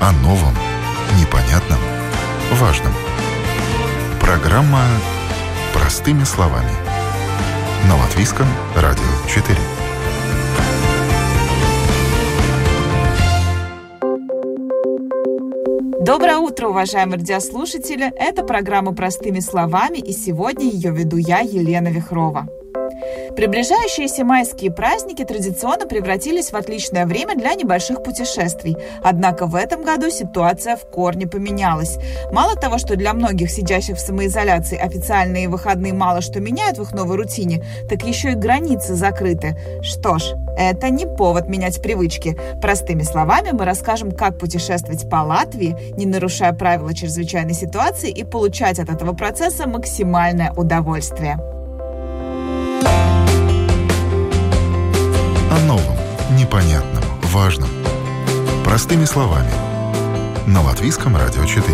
О новом, непонятном, важном. Программа «Простыми словами» на Латвийском радио 4. Доброе утро, уважаемые радиослушатели! Это программа «Простыми словами», и сегодня ее веду я, Елена Вихрова. Приближающиеся майские праздники традиционно превратились в отличное время для небольших путешествий. Однако в этом году ситуация в корне поменялась. Мало того, что для многих сидящих в самоизоляции официальные выходные мало что меняют в их новой рутине, так еще и границы закрыты. Что ж, это не повод менять привычки. Простыми словами мы расскажем, как путешествовать по Латвии, не нарушая правила чрезвычайной ситуации, и получать от этого процесса максимальное удовольствие. О новом, непонятном, важном. Простыми словами. На Латвийском радио 4.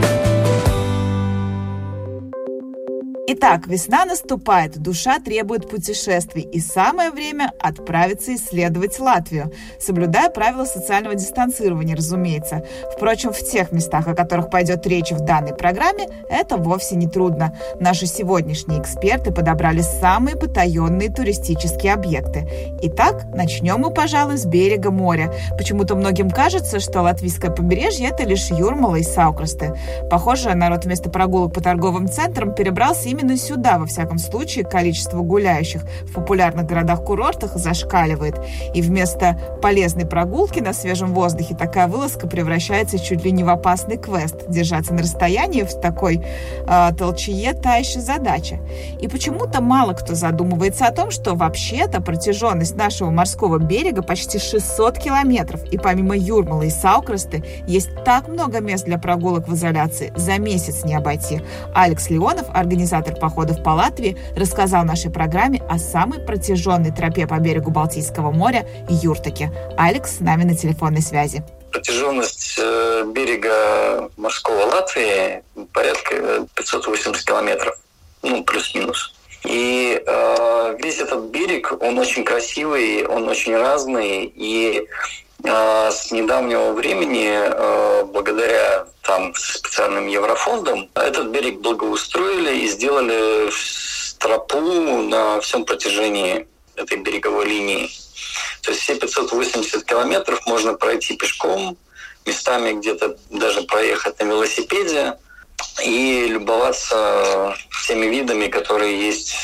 Итак, весна наступает, душа требует путешествий, и самое время отправиться исследовать Латвию, соблюдая правила социального дистанцирования, разумеется. Впрочем, в тех местах, о которых пойдет речь в данной программе, это вовсе не трудно. Наши сегодняшние эксперты подобрали самые потаенные туристические объекты. Итак, начнем мы, пожалуй, с берега моря. Почему-то многим кажется, что латвийское побережье – это лишь Юрмала и Саукрасты. Похоже, народ вместо прогулок по торговым центрам перебрался именно сюда, во всяком случае, количество гуляющих в популярных городах-курортах зашкаливает. И вместо полезной прогулки на свежем воздухе такая вылазка превращается чуть ли не в опасный квест. Держаться на расстоянии в такой толчее – та еще задача. И почему-то мало кто задумывается о том, что вообще-то протяженность нашего морского берега почти 600 километров. И помимо Юрмалы и Саукрасты есть так много мест для прогулок в изоляции, за месяц не обойти. Алекс Леонов, организатор походов по Латвии, рассказал нашей программе о самой протяженной тропе по берегу Балтийского моря – Юртаке. Алекс с нами на телефонной связи. Протяженность берега морского Латвии порядка 580 километров, плюс-минус. И весь этот берег, он очень красивый, он очень разный, и с недавнего времени, благодаря специальным еврофондам, этот берег благоустроили и сделали тропу на всем протяжении этой береговой линии. То есть все 580 километров можно пройти пешком, местами где-то даже проехать на велосипеде и любоваться всеми видами, которые есть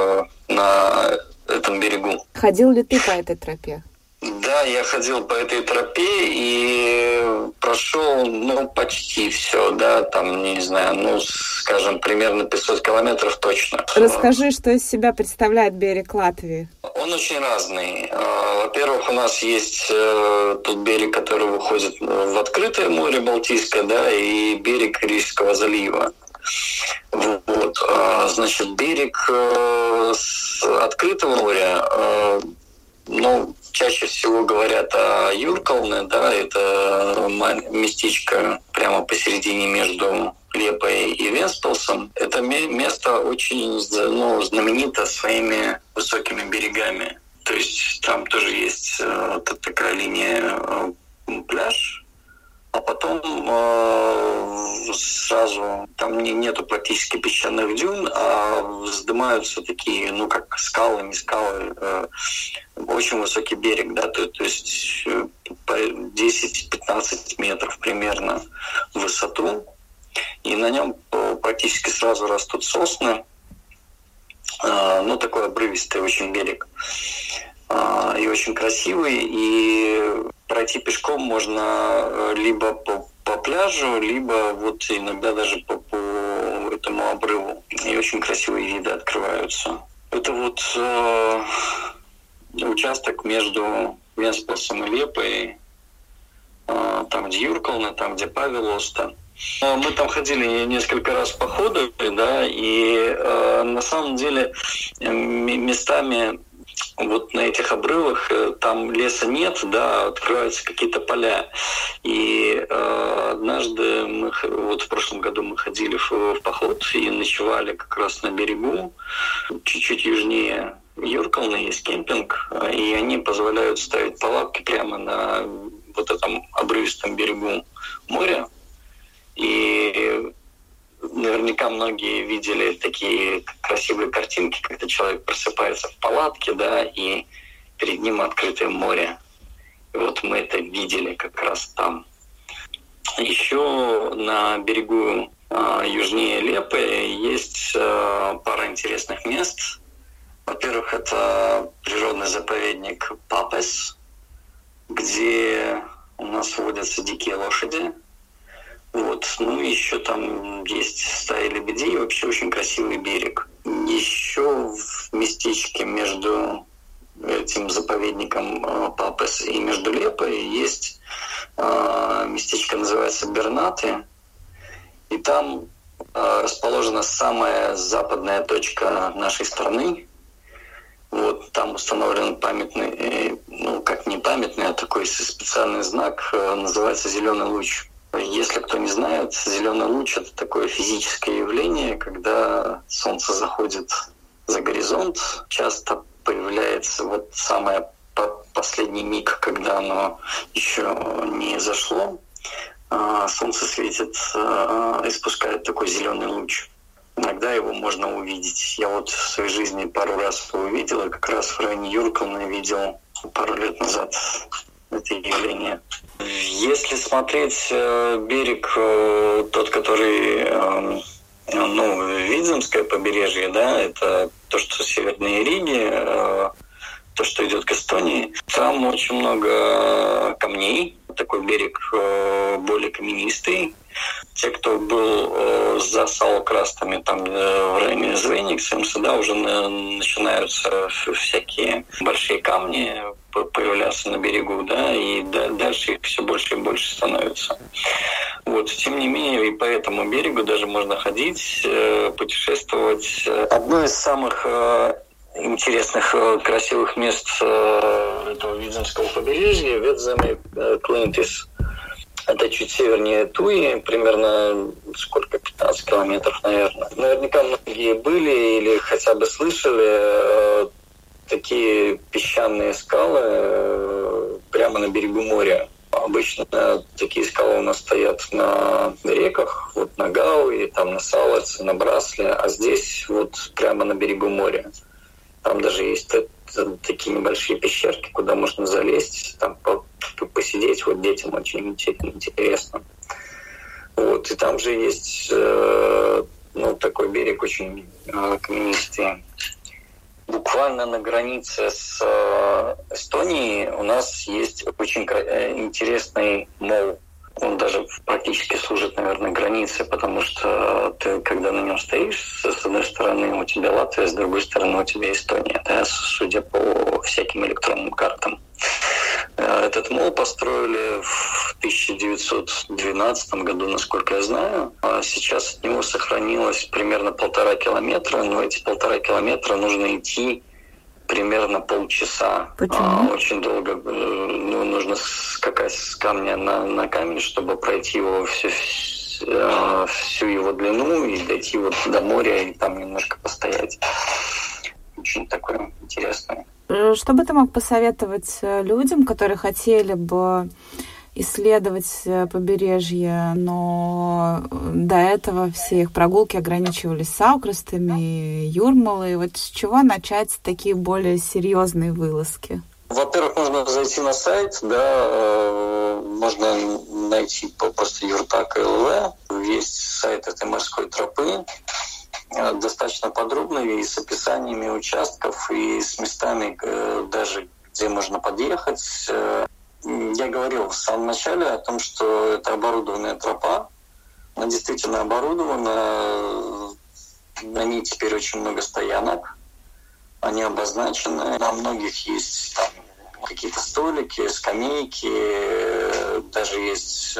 на этом берегу. Ходил ли ты по этой тропе? Да, я ходил по этой тропе и прошел, почти все, скажем, примерно 500 километров точно. Расскажи, что из себя представляет берег Латвии. Он очень разный. Во-первых, у нас есть тот берег, который выходит в открытое море Балтийское, и берег Рижского залива. Берег с открытого моря, чаще всего говорят о Юркалне, это местечко прямо посередине между Лепой и Венспилсом. Это место очень знаменито своими высокими берегами. То есть там тоже есть такая линия пляж, а потом сразу там нету практически песчаных дюн, а вздымаются такие, как скалы, не скалы, очень высокий берег, то есть 10-15 метров примерно в высоту, и на нем практически сразу растут сосны, такой обрывистый очень берег, и очень красивый, и пройти пешком можно либо по пляжу, либо иногда даже по этому обрыву. И очень красивые виды открываются. Это участок между Венспилсом и Лепой, там, где Юркалне, там, где Павелоста. Мы там ходили несколько раз в походы, и на самом деле местами на этих обрывах там леса нет, открываются какие-то поля. И однажды в прошлом году мы ходили в поход и ночевали как раз на берегу, чуть-чуть южнее Юркалне есть кемпинг, и они позволяют ставить палатки прямо на вот этом обрывистом берегу моря. И наверняка многие видели такие красивые картинки, когда человек просыпается в палатке, да, и перед ним открытое море. И вот мы это видели как раз там. Еще на берегу южнее Лепы есть пара интересных мест. Во-первых, это природный заповедник Папес, где у нас водятся дикие лошади. Вот. Ну, еще там есть стаи лебедей, вообще очень красивый берег. Еще в местечке между этим заповедником Папес и между Лепой есть местечко, называется Бернаты. И там расположена самая западная точка нашей страны. Вот, там установлен памятный, ну, как не памятный, а такой специальный знак, называется «Зеленый луч». Если кто не знает, зеленый луч — это такое физическое явление, когда солнце заходит за горизонт, часто появляется вот самый последний миг, когда оно еще не зашло, солнце светит, испускает такой зеленый луч. Иногда его можно увидеть. Я вот в своей жизни пару раз его увидел, и как раз в районе Юркална видел пару лет назад это явление. Если смотреть берег, тот, который, ну, Видземское побережье, да, это то, что северные Риги, то, что идет к Эстонии, там очень много камней. Такой берег более каменистый. Те, кто был за Салокрастами, там в районе Звениксемса, да, уже начинаются всякие большие камни появляться на берегу, да, и дальше их все больше и больше становится. Вот, тем не менее, и по этому берегу даже можно ходить, путешествовать. Одно из самых интересных, красивых мест этого Видземского побережья — Ветземе Клинтис. Это чуть севернее Туи, примерно 15 километров, наверное. Наверняка многие были или хотя бы слышали такие песчаные скалы прямо на берегу моря. Обычно такие скалы у нас стоят на реках, вот на Гауи, там на Салаце, на Брасле, а здесь вот прямо на берегу моря. Там даже есть такие небольшие пещерки, куда можно залезть, там посидеть, вот детям очень интересно. Вот, и там же есть ну, такой берег очень каменистый. Буквально на границе с Эстонией у нас есть очень интересный мол. Он даже практически служит, наверное, границей, потому что ты, когда на нем стоишь, с одной стороны у тебя Латвия, с другой стороны у тебя Эстония, да, судя по всяким электронным картам. Этот мол построили в 1912 году, насколько я знаю. А сейчас от него сохранилось примерно 1,5 километра, но эти 1,5 километра нужно идти примерно полчаса. Почему? Очень долго, ну, нужно скакать с камня на камень, чтобы пройти его всю его длину и дойти вот до моря и там немножко постоять. Очень такое интересное. Что бы ты мог посоветовать людям, которые хотели бы исследовать побережье, но до этого все их прогулки ограничивались Саукрастами, Юрмалой? Вот с чего начать такие более серьезные вылазки? Во-первых, можно зайти на сайт, да, можно найти просто Юртак ЛВ. Есть сайт этой морской тропы, достаточно подробный, и с описаниями участков, и с местами, даже где можно подъехать. Я говорил в самом начале о том, что это оборудованная тропа. Она действительно оборудована. На ней теперь очень много стоянок. Они обозначены. На многих есть там какие-то столики, скамейки, даже есть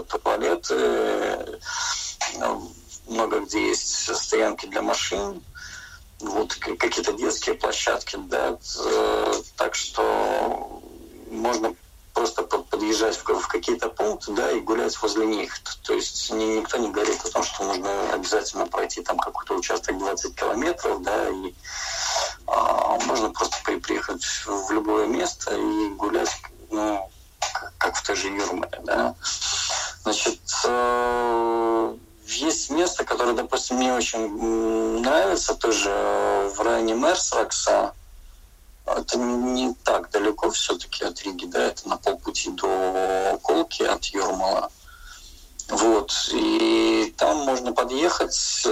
туалеты. Много где есть стоянки для машин. Вот какие-то детские площадки, да. Так что можно просто подъезжать в какие-то пункты, да, и гулять возле них. То есть никто не говорит о том, что нужно обязательно пройти там какой-то участок 20 километров, да, и можно просто приехать в любое место и гулять, ну, как в той же Юрмале, да. Значит, есть место, которое, допустим, мне очень нравится, тоже в районе Мерсракса. Это не так далеко все-таки от Риги, да, это на полпути до Колки от Юрмала. Вот, и там можно подъехать,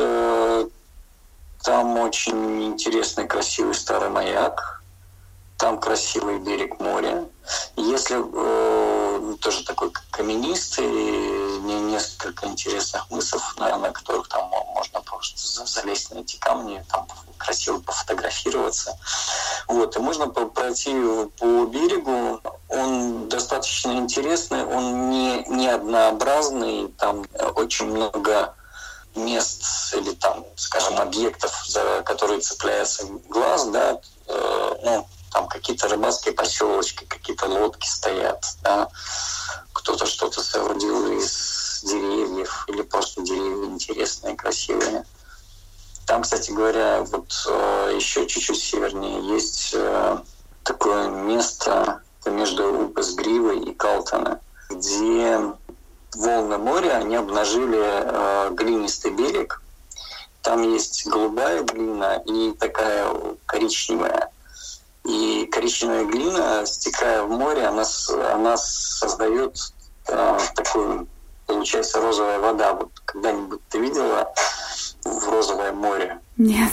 там очень интересный, красивый старый маяк, там красивый берег моря. Если тоже такой каменистый, несколько интересных мысов, на которых там можно просто залезть на эти камни, там красиво пофотографироваться. Вот, и можно пройти по берегу. Он достаточно интересный, он не однообразный, там очень много мест или там, скажем, объектов, за которые цепляется глаз, да, там какие-то рыбацкие поселочки, какие-то лодки стоят, да, кто-то что-то соорудил из деревьев или просто деревья интересные, красивые. Там, кстати говоря, вот еще чуть-чуть севернее есть такое место между Упесгривой и Калтона, где волны моря, они обнажили глинистый берег. Там есть голубая глина и такая коричневая. И коричневая глина, стекая в море, она создает такую, получается, розовая вода. Вот когда-нибудь ты видела в розовое море? Нет.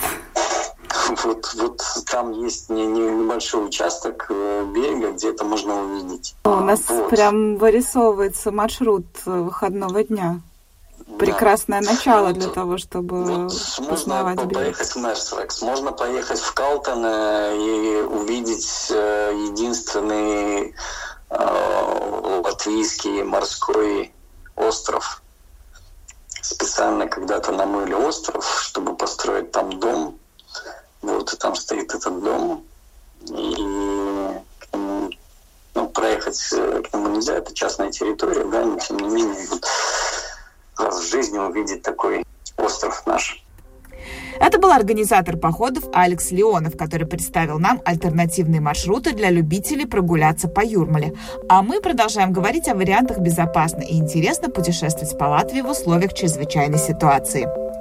Вот там есть небольшой участок берега, где это можно увидеть. У нас прям вырисовывается маршрут выходного дня. Прекрасное начало для того, чтобы познавать берег. Можно поехать в Мерсракс, можно поехать в Калтон и увидеть единственный латвийский морской остров. Специально когда-то намыли остров, чтобы построить там дом. Вот, и там стоит этот дом. И проехать к нему нельзя, это частная территория, да, но тем не менее, вот, раз в жизни увидеть такой остров наш. Это был организатор походов Алекс Леонов, который представил нам альтернативные маршруты для любителей прогуляться по Юрмале. А мы продолжаем говорить о вариантах безопасно и интересно путешествовать по Латвии в условиях чрезвычайной ситуации.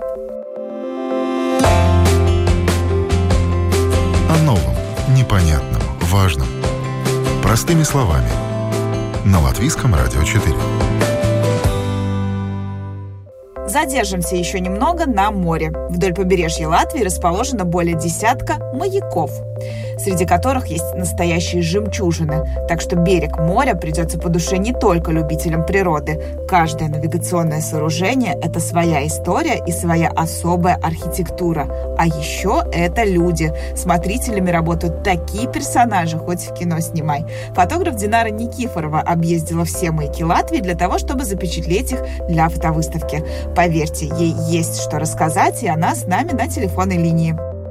О новом, непонятном, важном. Простыми словами. На Латвийском радио 4. Задержимся еще немного на море. Вдоль побережья Латвии расположено более десятка маяков, среди которых есть настоящие жемчужины. Так что берег моря придется по душе не только любителям природы. Каждое навигационное сооружение – это своя история и своя особая архитектура. А еще это люди. Смотрителями работают такие персонажи, хоть в кино снимай. Фотограф Динара Никифорова объездила все маяки Латвии для того, чтобы запечатлеть их для фотовыставки. Поверьте, ей есть что рассказать, и она с нами на телефонной линии.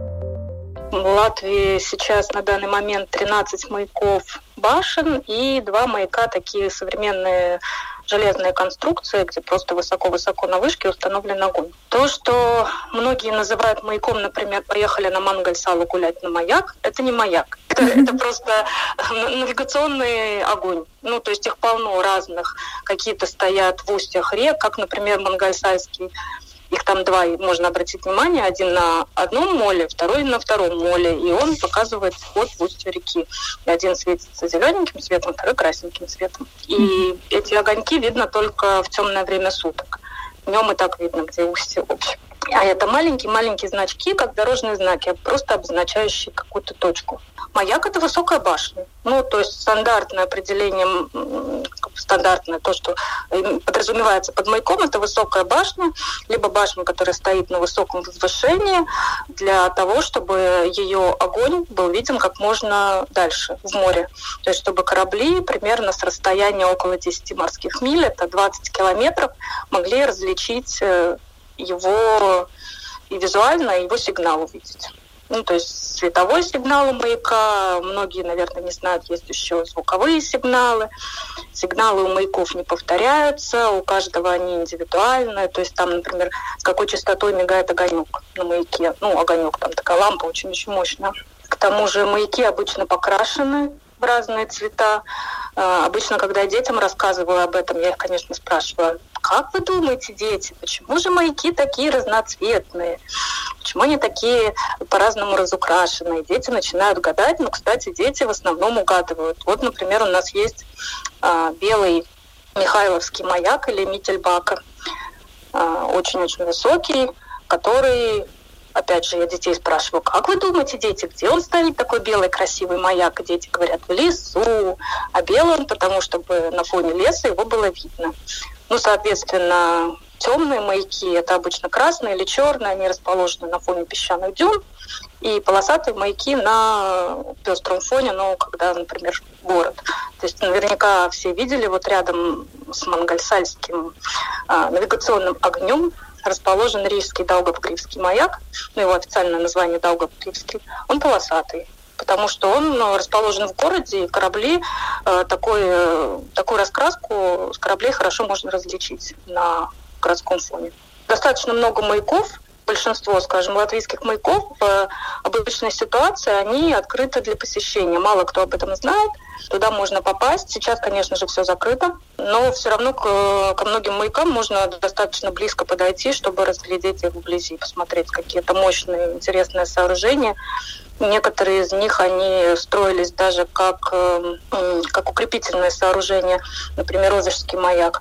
В Латвии сейчас на данный момент 13 маяков башен и 2 маяка, такие современные железные конструкции, где просто высоко-высоко на вышке установлен огонь. То, что многие называют маяком, например, поехали на Мангальсалу гулять на маяк, это не маяк. Это просто навигационный огонь. Ну, то есть их полно разных. Какие-то стоят в устьях рек, как, например, Мангальсальский. Их там 2, можно обратить внимание. Один на одном моле, второй на втором моле. И он показывает вход в устье реки. И один светится зелененьким цветом, второй красненьким цветом. И эти огоньки видно только в темное время суток. Днем и так видно, где устье общее. А это маленькие-маленькие значки, как дорожные знаки, просто обозначающие какую-то точку. Маяк – это высокая башня. Ну, то есть стандартное определение, стандартное то, что подразумевается под маяком, это высокая башня, либо башня, которая стоит на высоком возвышении, для того, чтобы ее огонь был виден как можно дальше, в море. То есть чтобы корабли примерно с расстояния около 10 морских миль, это 20 километров, могли различить его и визуально, и его сигнал увидеть. Ну, то есть световой сигнал у маяка, многие, наверное, не знают, есть еще звуковые сигналы. Сигналы у маяков не повторяются, у каждого они индивидуальные. То есть там, например, с какой частотой мигает огонек на маяке. Ну, огонек, там такая лампа очень-очень мощная. К тому же маяки обычно покрашены в разные цвета. Обычно, когда я детям рассказываю об этом, я их, конечно, спрашиваю: как вы думаете, дети, почему же маяки такие разноцветные? Почему они такие по-разному разукрашенные? Дети начинают гадать, но, кстати, дети в основном угадывают. Вот, например, у нас есть белый Михайловский маяк или Миттельбака, очень-очень высокий, который... Опять же, я детей спрашиваю: как вы думаете, дети, где он стоит, такой белый красивый маяк? И дети говорят: в лесу. А белый он, потому чтобы на фоне леса его было видно. Ну, соответственно, темные маяки — это обычно красные или черные, они расположены на фоне песчаных дюн. И полосатые маяки на пестром фоне, ну, когда, например, город. То есть наверняка все видели, вот рядом с Монгольсальским навигационным огнем расположен Рижский Даугавпилский маяк, ну, его официальное название Даугавпилский, он полосатый, потому что он расположен в городе, и корабли, такую раскраску с кораблей хорошо можно различить на городском фоне. Достаточно много маяков, большинство, скажем, латвийских маяков в обычной ситуации, они открыты для посещения. Мало кто об этом знает. Туда можно попасть. Сейчас, конечно же, все закрыто, но все равно ко многим маякам можно достаточно близко подойти, чтобы разглядеть их вблизи, посмотреть какие-то мощные, интересные сооружения. Некоторые из них, они строились даже как укрепительные сооружения. Например, Озерский маяк.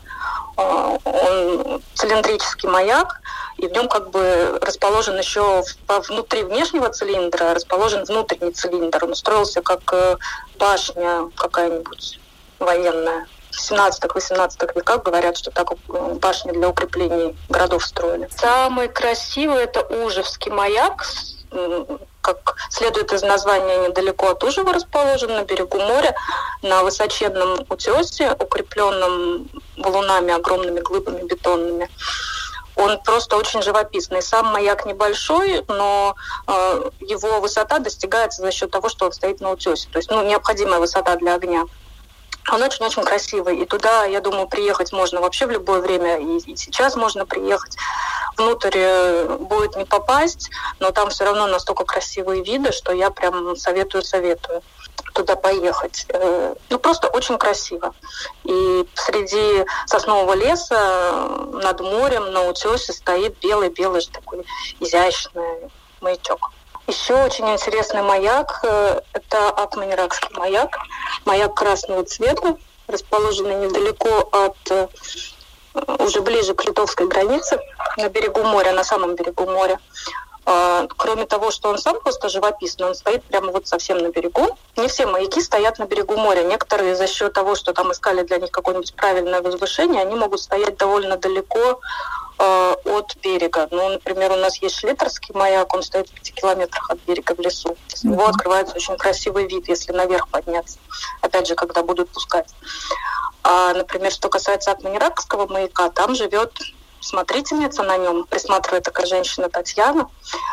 Он цилиндрический маяк, и в нем как бы расположен еще внутри внешнего цилиндра, расположен внутренний цилиндр. Он строился как башня какая-нибудь военная. В 17-18 веках говорят, что так башни для укреплений городов строили. Самый красивый — это Ужевский маяк. Как следует из названия, недалеко от Ужева расположен, на берегу моря, на высоченном утесе, укрепленном валунами, огромными глыбами бетонными. Он просто очень живописный. Сам маяк небольшой, но его высота достигается за счет того, что он стоит на утесе. То есть необходимая высота для огня. Он очень-очень красивый. И туда, я думаю, приехать можно вообще в любое время. И сейчас можно приехать. Внутрь будет не попасть, но там все равно настолько красивые виды, что я прям советую туда поехать. Просто очень красиво. И среди соснового леса над морем на утесе стоит белый-белый такой изящный маячок. Еще очень интересный маяк – это Акменеракский маяк. Маяк красного цвета, расположенный недалеко от, уже ближе к литовской границе, на берегу моря, на самом берегу моря. Кроме того, что он сам просто живописный, он стоит прямо вот совсем на берегу. Не все маяки стоят на берегу моря. Некоторые за счет того, что там искали для них какое-нибудь правильное возвышение, они могут стоять довольно далеко от берега. Например, у нас есть Шлитерский маяк, он стоит в 5 километрах от берега в лесу. С него открывается очень красивый вид, если наверх подняться. Опять же, когда будут пускать. Например, что касается Акменеракского маяка, там живет смотрительница на нем, присматривает такая женщина Татьяна.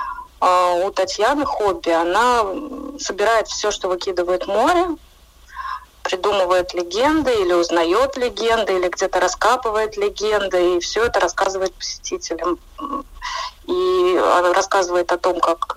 У Татьяны хобби. Она собирает все, что выкидывает море, придумывает легенды или узнает легенды, или где-то раскапывает легенды, и все это рассказывает посетителям. И она рассказывает о том,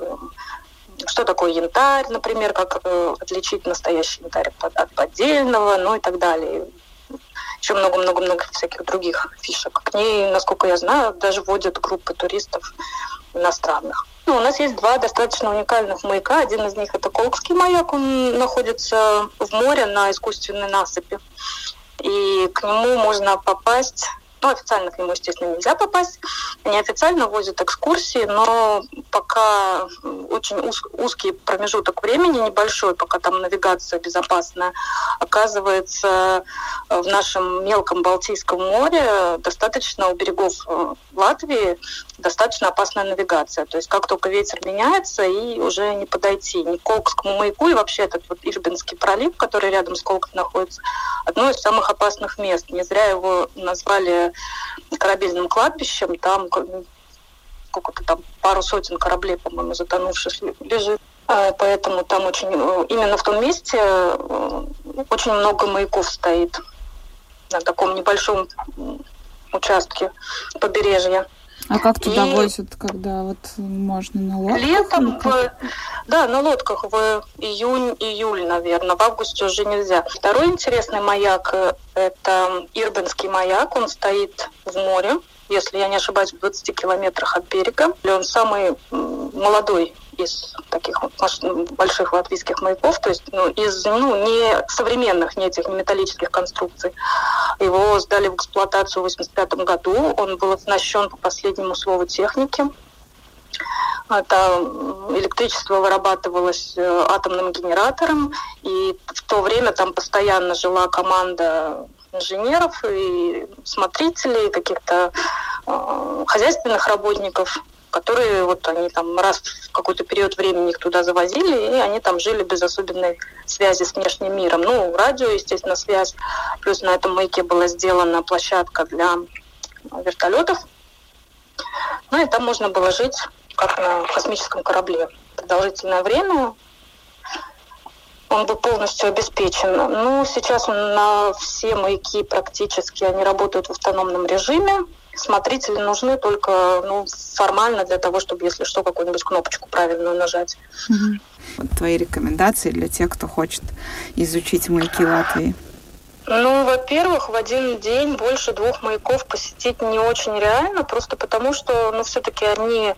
что такое янтарь, например, как отличить настоящий янтарь от поддельного, и так далее. Еще много-много-много всяких других фишек. К ней, насколько я знаю, даже водят группы туристов иностранных. У нас есть 2 достаточно уникальных маяка. Один из них — это Колкский маяк. Он находится в море на искусственной насыпи. И к нему можно попасть... официально к нему, естественно, нельзя попасть. Неофициально возят экскурсии, но пока очень узкий промежуток времени, небольшой, пока там навигация безопасная, оказывается, в нашем мелком Балтийском море достаточно у берегов Латвии достаточно опасная навигация. То есть как только ветер меняется, и уже не подойти ни к Колкскому маяку, и вообще этот вот Ирбинский пролив, который рядом с Колкой находится, одно из самых опасных мест. Не зря его назвали корабельным кладбищем. Там сколько-то там пару сотен кораблей, по-моему, затонувших лежит. Поэтому там именно в том месте очень много маяков стоит на таком небольшом участке побережья. А как туда возят, когда вот можно на лодках? Летом, на лодках в июнь-июль, наверное. В августе уже нельзя. Второй интересный маяк – это Ирбенский маяк. Он стоит в море, если я не ошибаюсь, в 20 километрах от берега. Он самый молодой из таких больших латвийских маяков, то есть из не современных, не металлических конструкций. Его сдали в эксплуатацию в 1985 году. Он был оснащен по последнему слову техники. Это электричество вырабатывалось атомным генератором, и в то время там постоянно жила команда инженеров и смотрителей, каких-то хозяйственных работников, которые они там раз в какой-то период времени их туда завозили, и они там жили без особенной связи с внешним миром. Радио, естественно, связь. Плюс на этом маяке была сделана площадка для вертолетов. И там можно было жить как на космическом корабле. Продолжительное время он был полностью обеспечен. Сейчас на все маяки практически они работают в автономном режиме. Смотрители нужны только формально для того, чтобы, если что, какую-нибудь кнопочку правильную нажать. Твои рекомендации для тех, кто хочет изучить маяки Латвии? Во-первых, в один день больше 2 маяков посетить не очень реально, просто потому что, все-таки они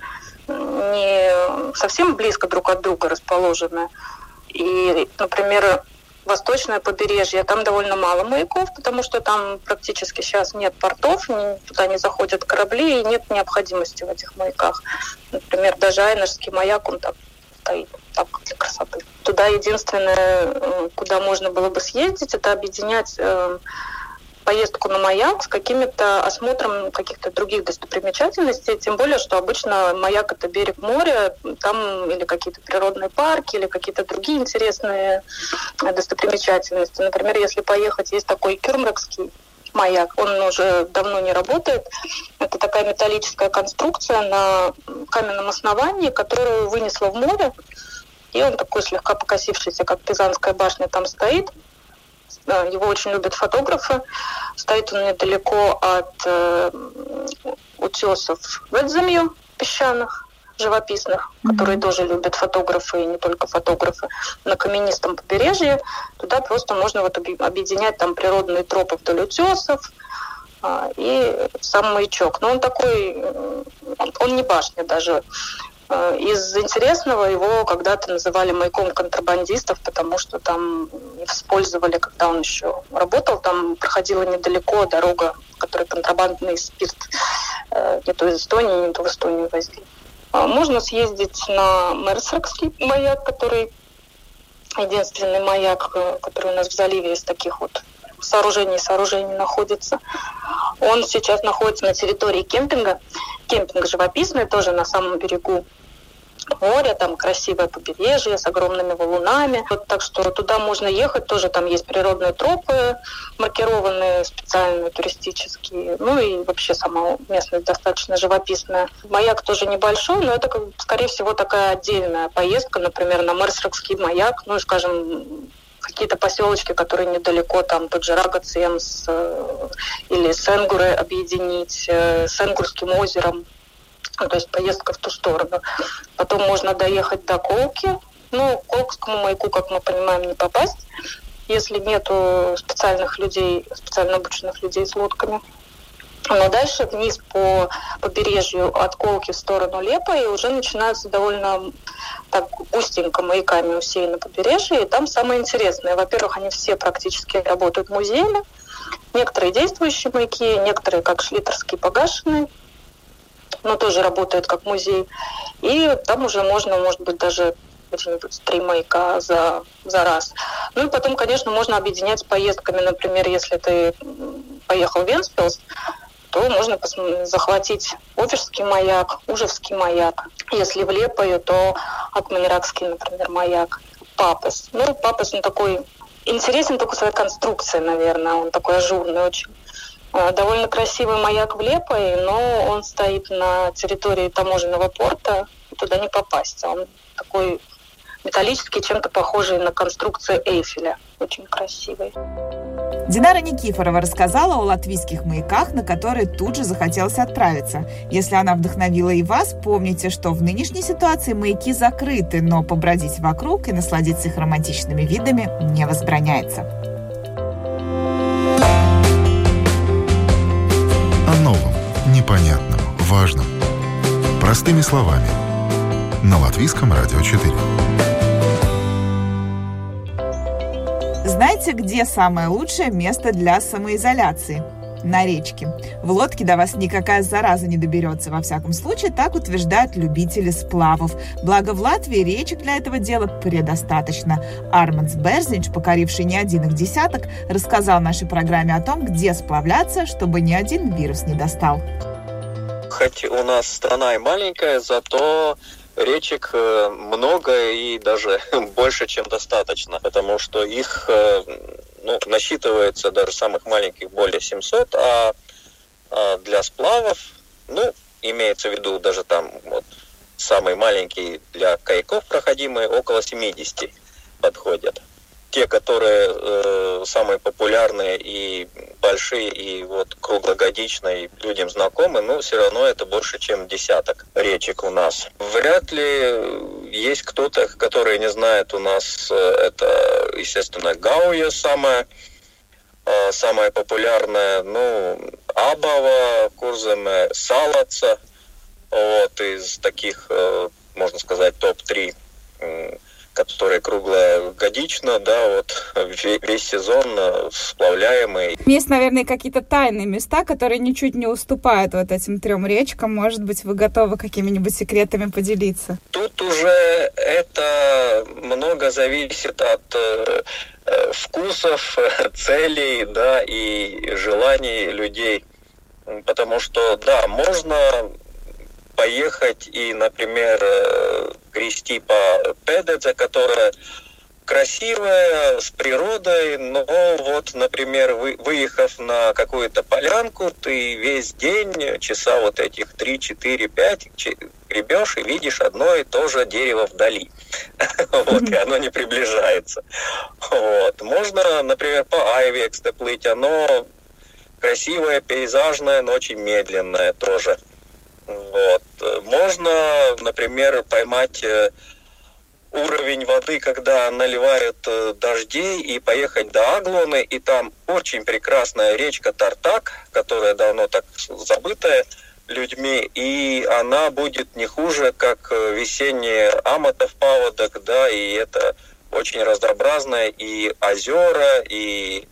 не совсем близко друг от друга расположены. И, например, Восточное побережье, там довольно мало маяков, потому что там практически сейчас нет портов, туда не заходят корабли, и нет необходимости в этих маяках. Например, даже Айнерский маяк, он там стоит, так, для красоты. Туда единственное, куда можно было бы съездить, это объединять поездку на маяк с каким-то осмотром каких-то других достопримечательностей, тем более, что обычно маяк — это берег моря, там или какие-то природные парки, или какие-то другие интересные достопримечательности. Например, если поехать, есть такой Кюрмракский маяк, он уже давно не работает. Это такая металлическая конструкция на каменном основании, которую вынесло в море, и он такой слегка покосившийся, как Пизанская башня, там стоит. Его очень любят фотографы. Стоит он недалеко от утесов Ведземью песчаных, живописных, которые тоже любят фотографы, и не только фотографы. На каменистом побережье туда просто можно объединять там природные тропы вдоль утесов и сам маячок. Но он такой, он не башня даже. Из интересного его когда-то называли маяком контрабандистов, потому что там использовали, когда он еще работал, там проходила недалеко дорога, в которой контрабандный спирт не то из Эстонии, не то в Эстонию возили. Можно съездить на Мерсракский маяк, который единственный маяк, который у нас в заливе из таких сооружений находится. Он сейчас находится на территории кемпинга. Кемпинг живописный, тоже на самом берегу моря, там красивое побережье с огромными валунами. Так что туда можно ехать, тоже там есть природные тропы, маркированные специальные, туристические. И вообще сама местность достаточно живописная. Маяк тоже небольшой, но это, скорее всего, такая отдельная поездка, например, на Мерсракский маяк, скажем, какие-то поселочки, которые недалеко, там тот же Рагацемс или Сенгуры объединить с Энгурским озером, то есть поездка в ту сторону. Потом можно доехать до Колки. К Колкскому маяку, как мы понимаем, не попасть, если нету специальных людей, специально обученных людей с лодками. Но дальше вниз по побережью от Колки в сторону Лепа, и уже начинаются довольно так густенько маяками усеяно побережье. И там самое интересное. Во-первых, они все практически работают музеями. Некоторые действующие маяки, некоторые, как Шлиттерский, погашенные, но тоже работают как музей. И там уже можно, может быть, даже где-нибудь 3 маяка за раз. И потом, конечно, можно объединять с поездками. Например, если ты поехал в Венспилс, то можно захватить Оферский маяк, Ужевский маяк. Если в Лепою, то Акманеракский, например, маяк. Папес. Папес, он такой интересен только своей конструкцией, наверное. Он такой ажурный очень. Довольно красивый маяк в Лепое, но он стоит на территории таможенного порта, и туда не попасть. Он такой металлические, чем-то похожие на конструкции Эйфеля. Очень красивые. Динара Никифорова рассказала о латвийских маяках, на которые тут же захотелось отправиться. Если она вдохновила и вас, помните, что в нынешней ситуации маяки закрыты, но побродить вокруг и насладиться их романтичными видами не возбраняется. О новом, непонятном, важном. Простыми словами. На Латвийском радио 4. Знаете, где самое лучшее место для самоизоляции? На речке. В лодке до вас никакая зараза не доберется. Во всяком случае, так утверждают любители сплавов. Благо, в Латвии речек для этого дела предостаточно. Армандс Берзинч, покоривший не один их десяток, рассказал нашей программе о том, где сплавляться, чтобы ни один вирус не достал. Хоть у нас страна и маленькая, зато речек много и даже больше, чем достаточно, потому что их насчитывается даже самых маленьких более 700, а для сплавов, имеется в виду даже там вот самый маленький для каяков проходимые, около 70 подходят. Те, которые самые популярные и большие, и вот круглогодичные, и людям знакомы, все равно это больше, чем десяток речек у нас. Вряд ли есть кто-то, который не знает у нас, это, естественно, Гауя самая популярная, Абава, Курземе, Салаца, вот, из таких, можно сказать, топ-3, которые круглогодично, весь сезон сплавляемый. Есть, наверное, какие-то тайные места, которые ничуть не уступают вот этим 3 речкам. Может быть, вы готовы какими-нибудь секретами поделиться? Тут уже это много зависит от вкусов, целей, и желаний людей. Потому что, можно поехать и, например, грести по Педедзе, которая красивая, с природой, но вот, например, выехав на какую-то полянку, ты весь день, часа вот этих 3, 4, 5 гребешь и видишь одно и то же дерево вдали. И оно не приближается. Можно, например, по Айвексте плыть, оно красивое, пейзажное, но очень медленное тоже. Можно, например, поймать уровень воды, когда наливают дождей, и поехать до Аглоны, и там очень прекрасная речка Тартак, которая давно так забытая людьми, и она будет не хуже, как весенний Амотов паводок, и это очень разнообразное, и озера, и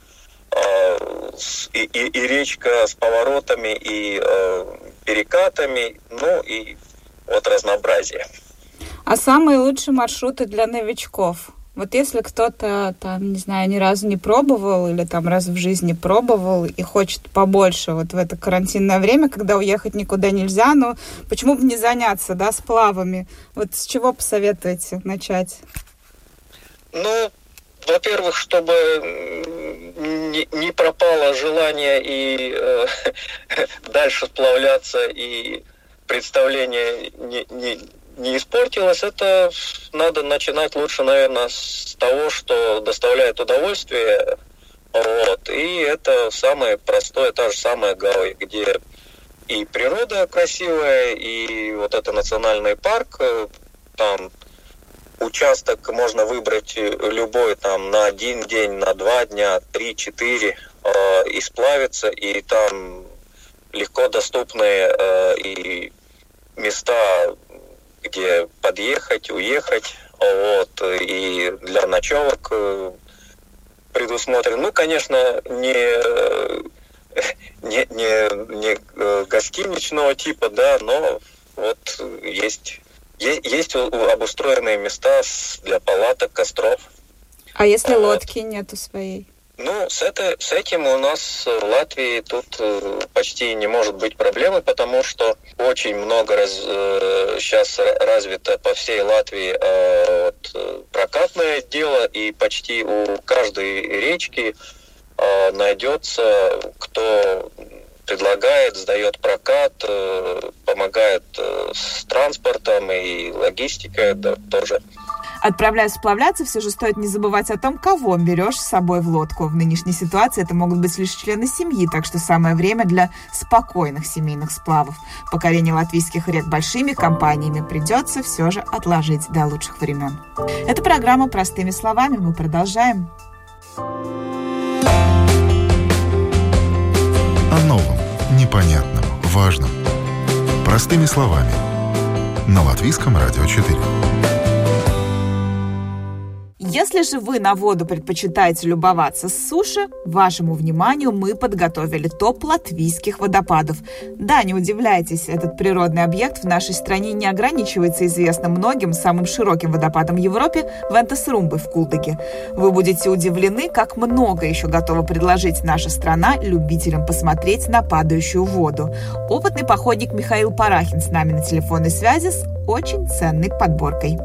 речка с поворотами, и перекатами, и вот разнообразие. А самые лучшие маршруты для новичков? Вот если кто-то ни разу не пробовал или раз в жизни пробовал и хочет побольше вот в это карантинное время, когда уехать никуда нельзя, почему бы не заняться, сплавами? Вот с чего посоветуете начать? Во-первых, чтобы не пропало желание и дальше сплавляться, и представление не испортилось, это надо начинать лучше, наверное, с того, что доставляет удовольствие. И это самое простое, та же самая Гауя, где и природа красивая, и вот это национальный парк, там участок можно выбрать любой, на 1 день, на 2 дня, 3-4, и сплавиться, и там легко доступные и места, где подъехать, уехать, и для ночевок предусмотрен. Конечно, не гостиничного типа, но вот есть обустроенные места для палаток, костров. А если лодки нету своей? С этим у нас в Латвии тут почти не может быть проблемы, потому что очень много сейчас развито по всей Латвии прокатное дело, и почти у каждой речки найдется, кто предлагает, сдает прокат, помогает с транспортом и логистикой тоже. Отправляясь сплавляться, все же стоит не забывать о том, кого берешь с собой в лодку. В нынешней ситуации это могут быть лишь члены семьи, так что самое время для спокойных семейных сплавов. Покорение латвийских рек большими компаниями придется все же отложить до лучших времен. Это программа «Простыми словами». Мы продолжаем. О новом, непонятном, важном. Простыми словами. На Латвийском радио 4. Если же вы на воду предпочитаете любоваться с суши, вашему вниманию мы подготовили топ латвийских водопадов. Да, не удивляйтесь, этот природный объект в нашей стране не ограничивается известным многим самым широким водопадом в Европе Вентас-Румбы в Кулдыге. Вы будете удивлены, как много еще готова предложить наша страна любителям посмотреть на падающую воду. Опытный походник Михаил Парахин с нами на телефонной связи с очень ценной подборкой.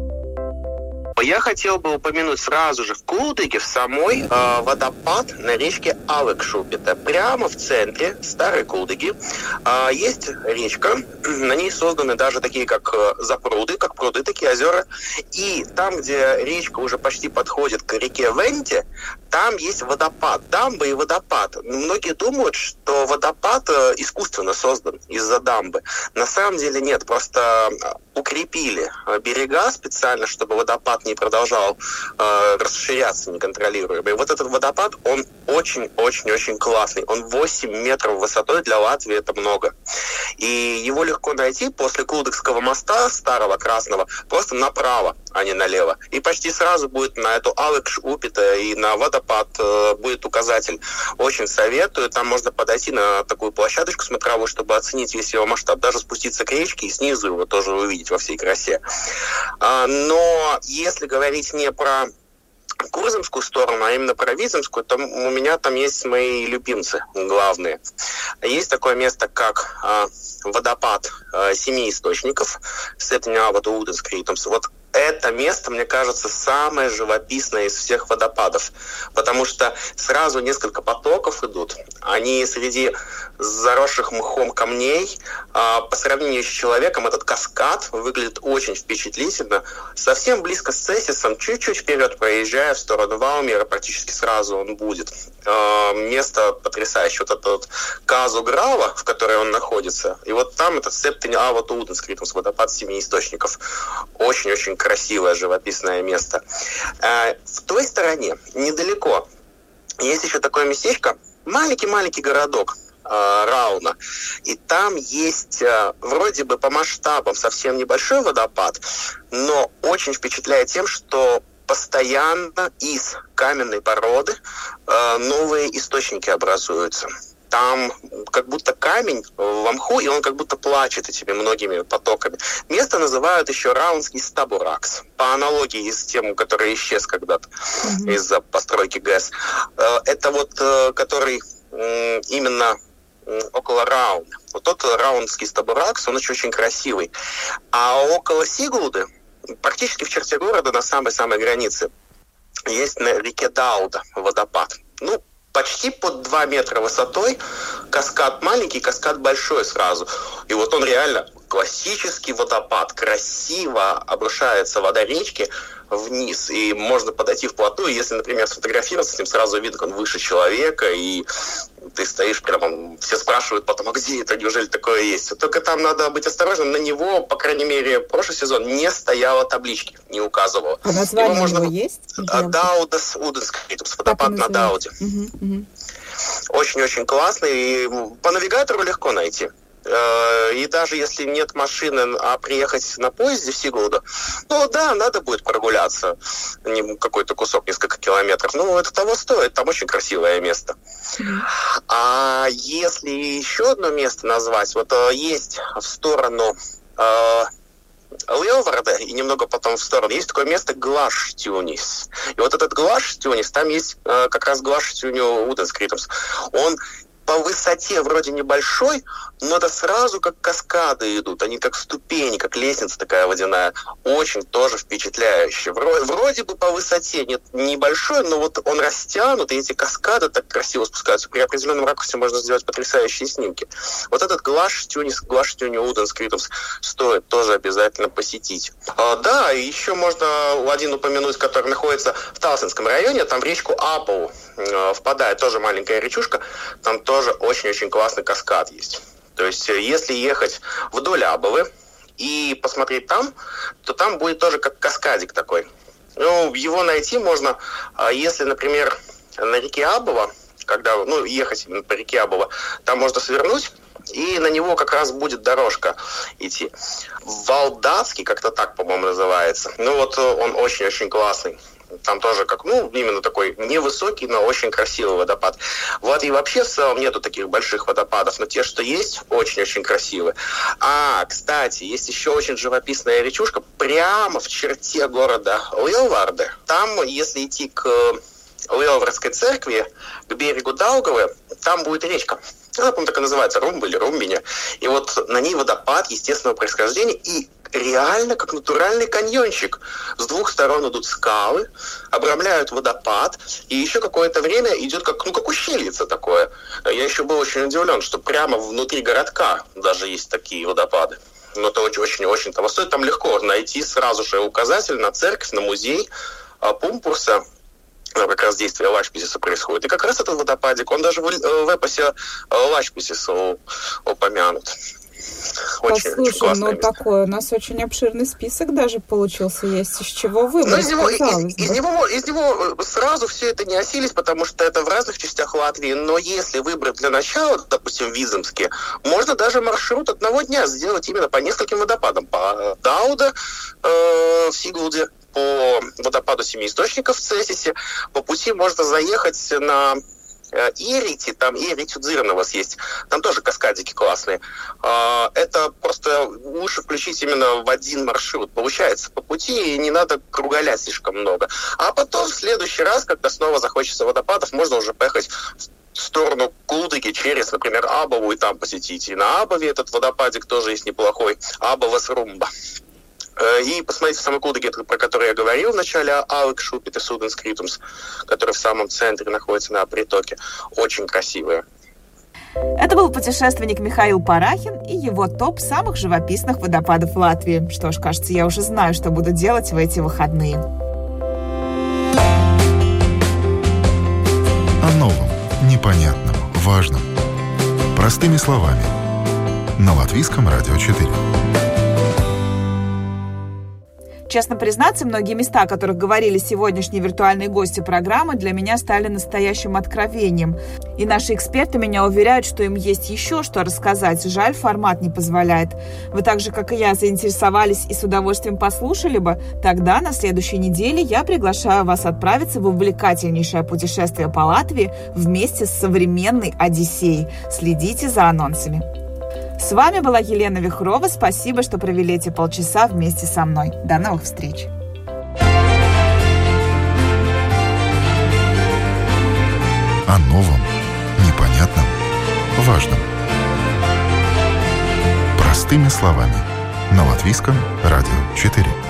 Я хотел бы упомянуть сразу же в Кулдыге, в самой водопад на речке Алыкшупита. Прямо в центре старой Кулдыги есть речка, на ней созданы даже такие как запруды, как пруды, такие озера. И там, где речка уже почти подходит к реке Венте, там есть водопад, дамба и водопад. Многие думают, что водопад искусственно создан из-за дамбы. На самом деле нет, просто укрепили берега специально, чтобы водопад не продолжал расширяться неконтролируемо. И вот этот водопад, он очень-очень-очень классный. Он 8 метров высотой, для Латвии это много. И его легко найти после Кулдыгского моста, старого красного, просто направо, а не налево. И почти сразу будет на эту Алыкшупита и на водопад будет указатель. Очень советую. Там можно подойти на такую площадочку смотровую, чтобы оценить весь его масштаб. Даже спуститься к речке и снизу его тоже увидеть во всей красе. Но если говорить не про Курзамскую сторону, а именно про Виземскую, то у меня там есть мои любимцы главные. Есть такое место, как водопад 7 источников, Сетняавата Уденскритумс. Вот это место, мне кажется, самое живописное из всех водопадов, потому что сразу несколько потоков идут. Они среди заросших мхом камней. По сравнению с человеком этот каскад выглядит очень впечатлительно. Совсем близко с Цесисом, чуть-чуть вперед проезжая в сторону Ваумера, практически сразу он будет. Место потрясающее. Вот этот Казу Грава, в которой он находится, и вот там этот Септень-Авата Уденскритумс, водопад 7 источников. Очень-очень красивое, живописное место. В той стороне, недалеко, есть еще такое местечко, маленький-маленький городок Рауна. И там есть вроде бы по масштабам совсем небольшой водопад, но очень впечатляет тем, что постоянно из каменной породы новые источники образуются. Там как будто камень в мху, и он как будто плачет этими многими потоками. Место называют еще Раунский Стабуракс, по аналогии с тем, который исчез когда-то из-за постройки ГЭС. Это вот который именно около Рауна. Вот тот Раунский Стабуракс, он еще очень красивый. А около Сигулды, практически в черте города, на самой-самой границе, есть на реке Дауда водопад. Почти под 2 метра высотой, каскад маленький, каскад большой сразу. И вот он реально классический водопад, красиво обрушается вода речки вниз, и можно подойти вплотную, если, например, сфотографироваться с ним, сразу видно, как он выше человека, и ты стоишь прямо, все спрашивают потом, а где это, неужели такое есть? Только там надо быть осторожным, на него, по крайней мере, прошлый сезон не стояло таблички, не указывало. А название его есть? Даудас Уденскритумс, водопад на Дауде. Очень-очень классный, и по навигатору легко найти. И даже если нет машины, а приехать на поезде в Сигулду, да, надо будет прогуляться какой-то кусок, несколько километров. Это того стоит, там очень красивое место. А если еще одно место назвать, вот есть в сторону Леоварда и немного потом в сторону, есть такое место Глаштюнис. И вот этот Глаштюнис, там есть как раз Глаштюню Уденскритумс. Он по высоте вроде небольшой, но это сразу как каскады идут. Они как ступени, как лестница такая водяная. Очень тоже впечатляюще. Вроде бы по высоте нет небольшой, но вот он растянут, и эти каскады так красиво спускаются. При определенном ракурсе можно сделать потрясающие снимки. Вот этот Глашстюни Уденскритумс стоит тоже обязательно посетить. Да, и еще можно один упомянуть, который находится в Талсинском районе. Там в речку Апу впадает тоже маленькая речушка. Там тоже очень-очень классный каскад есть. То есть, если ехать вдоль Абовы и посмотреть там, то там будет тоже как каскадик такой. Ну, его найти можно, если, например, на реке Абова, когда, ехать именно по реке Абова, там можно свернуть, и на него как раз будет дорожка идти. Валдатский, как-то так, по-моему, называется. Он очень-очень классный. Там тоже именно такой невысокий, но очень красивый водопад. Вот и вообще в целом нету таких больших водопадов, но те, что есть, очень-очень красивые. Кстати, есть еще очень живописная речушка прямо в черте города Лилварде. Там, если идти к Лилвардской церкви, к берегу Даугавы, там будет речка. Она, по-моему, так и называется, Румба или Румбиня. И вот на ней водопад естественного происхождения и реально как натуральный каньончик. С двух сторон идут скалы, обрамляют водопад, и еще какое-то время идет как ущельице такое. Я еще был очень удивлен, что прямо внутри городка даже есть такие водопады. Но это очень-очень того стоит. Там легко найти сразу же указатель на церковь, на музей Пумпурса. Как раз действие Лачписиса происходит. И как раз этот водопадик, он даже в эпосе Лачписиса упомянут. Послушай, такой у нас очень обширный список даже получился, есть из чего выбрать. Из него сразу все это не осились, потому что это в разных частях Латвии, но если выбрать для начала, допустим, в Виземске, можно даже маршрут одного дня сделать именно по нескольким водопадам. По Дауде в Сигулде, по водопаду Семи Источников в Цесисе. По пути можно заехать на Ирити, там Ирити Дзирна у вас есть, там тоже каскадики классные. Это просто лучше включить именно в один маршрут. Получается по пути, и не надо круголять слишком много. А потом в следующий раз, когда снова захочется водопадов, можно уже поехать в сторону Кулдыги через, например, Абову и там посетить. И на Абове этот водопадик тоже есть неплохой. Абовас Румба. И посмотрите самый Кулдыги, про который я говорил в начале, Алыкшупит и Уденскритумс, который в самом центре находится на притоке. Очень красивые. Это был путешественник Михаил Парахин и его топ самых живописных водопадов Латвии. Что ж, кажется, я уже знаю, что буду делать в эти выходные. О новом, непонятном, важном. Простыми словами. На Латвийском радио 4. Честно признаться, многие места, о которых говорили сегодняшние виртуальные гости программы, для меня стали настоящим откровением. И наши эксперты меня уверяют, что им есть еще что рассказать. Жаль, формат не позволяет. Вы так же, как и я, заинтересовались и с удовольствием послушали бы? Тогда на следующей неделе я приглашаю вас отправиться в увлекательнейшее путешествие по Латвии вместе с современной Одиссеей. Следите за анонсами. С вами была Елена Вихрова. Спасибо, что провели эти полчаса вместе со мной. До новых встреч. О новом, непонятном, важном. Простыми словами. На Латвийском радио 4.